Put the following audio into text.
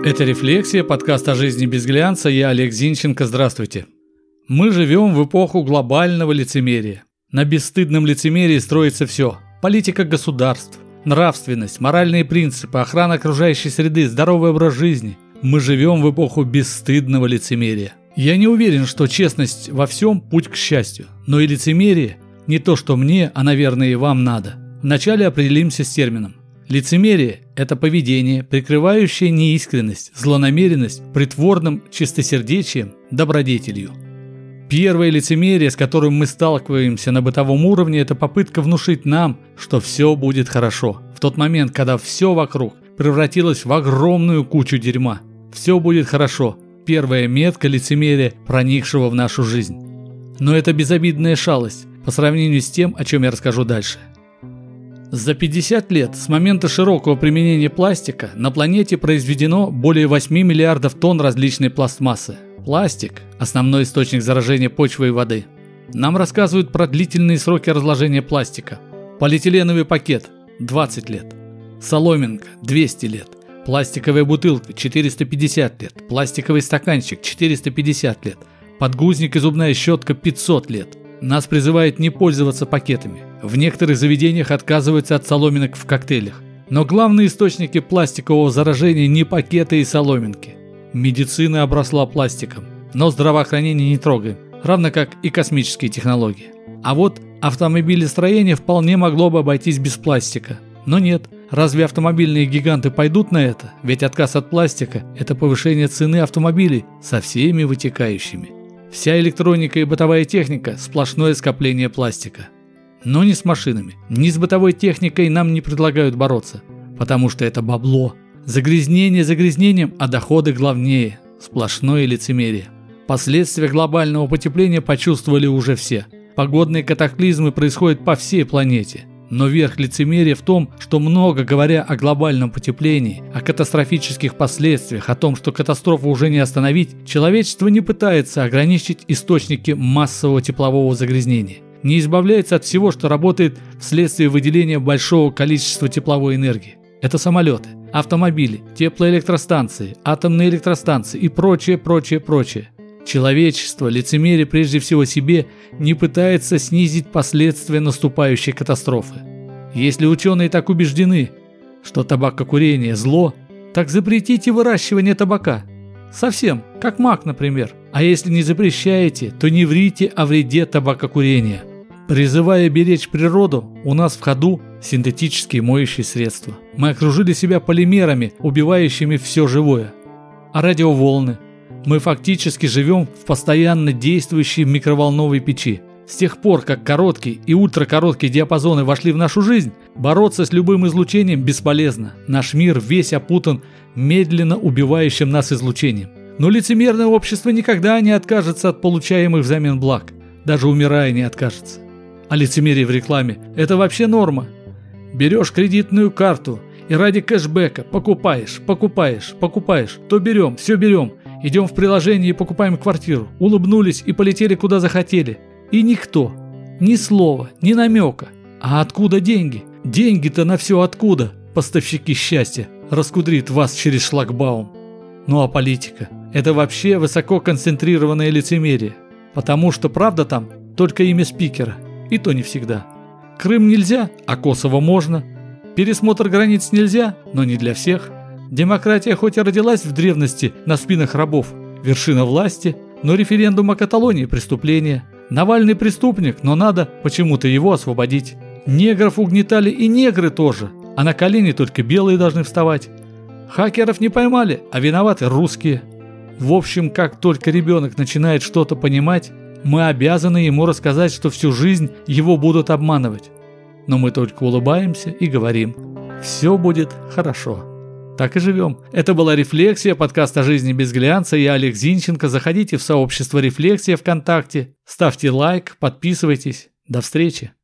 Это «Рефлексия», подкаст о жизни без глянца. Я Олег Зинченко. Здравствуйте. Мы живем в эпоху глобального лицемерия. На бесстыдном лицемерии строится все. Политика государств, нравственность, моральные принципы, охрана окружающей среды, здоровый образ жизни. Мы живем в эпоху бесстыдного лицемерия. Я не уверен, что честность во всем путь к счастью. Но и лицемерие не то, что мне, а, наверное, и вам надо. Вначале определимся с термином. Лицемерие – это поведение, прикрывающее неискренность, злонамеренность притворным чистосердечием, добродетелью. Первое лицемерие, с которым мы сталкиваемся на бытовом уровне, это попытка внушить нам, что все будет хорошо. В тот момент, когда все вокруг превратилось в огромную кучу дерьма. Все будет хорошо. Первая метка лицемерия, проникшего в нашу жизнь. Но это безобидная шалость по сравнению с тем, о чем я расскажу дальше. За 50 лет с момента широкого применения пластика на планете произведено более 8 миллиардов тонн различной пластмассы. Пластик – основной источник заражения почвы и воды. Нам рассказывают про длительные сроки разложения пластика. Полиэтиленовый пакет – 20 лет. Соломинка – 200 лет. Пластиковая бутылка – 450 лет. Пластиковый стаканчик – 450 лет. Подгузник и зубная щетка – 500 лет. Нас призывают не пользоваться пакетами. В некоторых заведениях отказываются от соломинок в коктейлях. Но главные источники пластикового заражения не пакеты и соломинки. Медицина обросла пластиком, но здравоохранение не трогаем, равно как и космические технологии. А вот автомобилестроение вполне могло бы обойтись без пластика. Но нет, разве автомобильные гиганты пойдут на это? Ведь отказ от пластика – это повышение цены автомобилей со всеми вытекающими. Вся электроника и бытовая техника – сплошное скопление пластика. Но не с машинами, ни с бытовой техникой нам не предлагают бороться, потому что это бабло. Загрязнение загрязнением, а доходы главнее. Сплошное лицемерие. Последствия глобального потепления почувствовали уже все. Погодные катаклизмы происходят по всей планете. Но верх лицемерия в том, что много говоря о глобальном потеплении, о катастрофических последствиях, о том, что катастрофу уже не остановить, человечество не пытается ограничить источники массового теплового загрязнения. Не избавляется от всего, что работает вследствие выделения большого количества тепловой энергии. Это самолеты, автомобили, теплоэлектростанции, атомные электростанции и прочее. Человечество, лицемерие прежде всего себе, не пытается снизить последствия наступающей катастрофы. Если ученые так убеждены, что табакокурение – зло, так запретите выращивание табака. Совсем, как мак, например. А если не запрещаете, то не врите о вреде табакокурения. Призывая беречь природу, у нас в ходу синтетические моющие средства. Мы окружили себя полимерами, убивающими все живое. А радиоволны? Мы фактически живем в постоянно действующей микроволновой печи. С тех пор, как короткие и ультракороткие диапазоны вошли в нашу жизнь, бороться с любым излучением бесполезно. Наш мир весь опутан медленно убивающим нас излучением. Но лицемерное общество никогда не откажется от получаемых взамен благ. Даже умирая не откажется. А лицемерие в рекламе – это вообще норма. Берешь кредитную карту и ради кэшбэка покупаешь, то берем, все берем. Идем в приложение и покупаем квартиру. Улыбнулись и полетели куда захотели. И никто, ни слова, ни намека. А откуда деньги? Деньги-то на все откуда? Поставщики счастья раскудрит вас через шлагбаум. Ну а политика? Это вообще высоко концентрированное лицемерие. Потому что правда там только имя спикера. И то не всегда. Крым нельзя, а Косово можно. Пересмотр границ нельзя, но не для всех. Демократия хоть и родилась в древности на спинах рабов, вершина власти, но референдум о Каталонии – преступление. Навальный преступник, но надо почему-то его освободить. Негров угнетали и негры тоже, а на колени только белые должны вставать. Хакеров не поймали, а виноваты русские. В общем, как только ребенок начинает что-то понимать, мы обязаны ему рассказать, что всю жизнь его будут обманывать. Но мы только улыбаемся и говорим: все будет хорошо. Так и живем. Это была «Рефлексия», подкаст о жизни без глянца. Я Олег Зинченко. Заходите в сообщество «Рефлексия» ВКонтакте, ставьте лайк, подписывайтесь. До встречи.